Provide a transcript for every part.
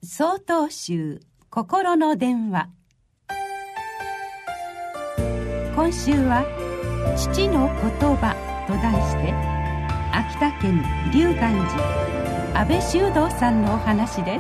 総統集心の電話。今週は父の言葉と題して秋田県龍岩寺安倍修道さんのお話です。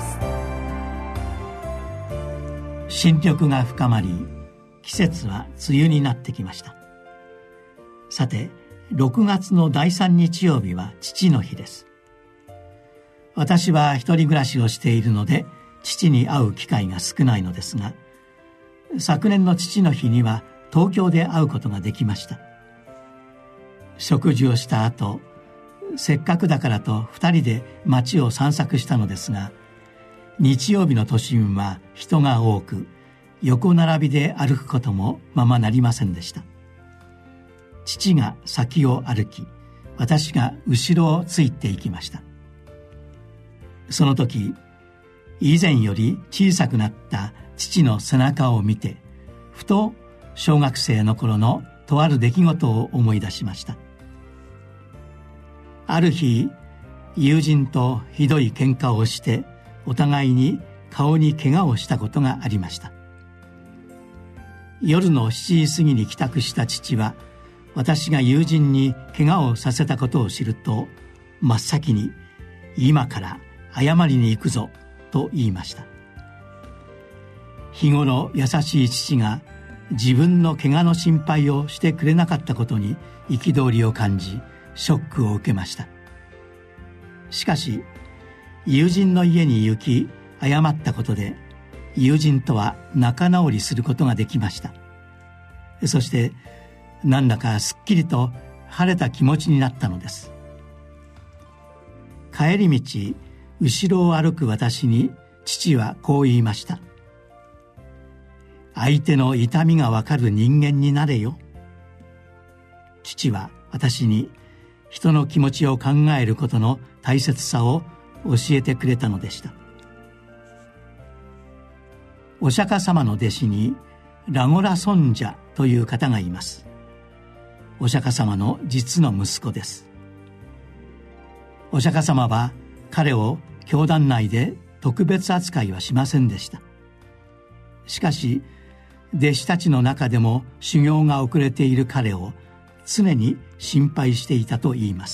新緑が深まり、季節は梅雨になってきました。さて、6月の第3日曜日は父の日です。私は一人暮らしをしているので父に会う機会が少ないのですが、昨年の父の日には東京で会うことができました。食事をした後、せっかくだからと2人で街を散策したのですが、日曜日の都心は人が多く、横並びで歩くこともままなりませんでした。父が先を歩き、私が後ろをついていきました。その時、以前より小さくなった父の背中を見て、ふと小学生の頃のとある出来事を思い出しました。ある日、友人とひどい喧嘩をして、お互いに顔に怪我をしたことがありました。夜の7時過ぎに帰宅した父は、私が友人に怪我をさせたことを知ると、真っ先に今から謝りに行くぞと言いました。日頃優しい父が自分の怪我の心配をしてくれなかったことに憤りを感じ、ショックを受けました。しかし、友人の家に行き謝ったことで、友人とは仲直りすることができました。そしてなんだかすっきりと晴れた気持ちになったのです。帰り道、後ろを歩く私に父はこう言いました。相手の痛みがわかる人間になれよ。父は私に人の気持ちを考えることの大切さを教えてくれたのでした。お釈迦様の弟子にラゴラ尊者という方がいます。お釈迦様の実の息子です。お釈迦様は彼を教団内で特別扱いはしませんでした。しかし、弟子たちの中でも修行が遅れている彼を常に心配していたといいます。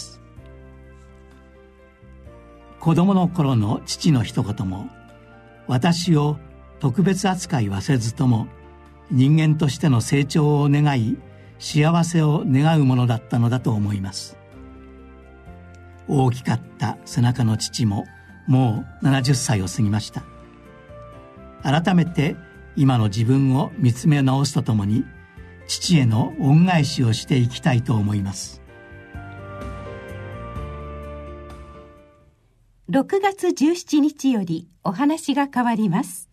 子供の頃の父の一言も、私を特別扱いはせずとも人間としての成長を願い、幸せを願うものだったのだと思います。大きかった背中の父ももう70歳を過ぎました。改めて今の自分を見つめ直すとともに、父への恩返しをしていきたいと思います。 6月17日よりお話が変わります。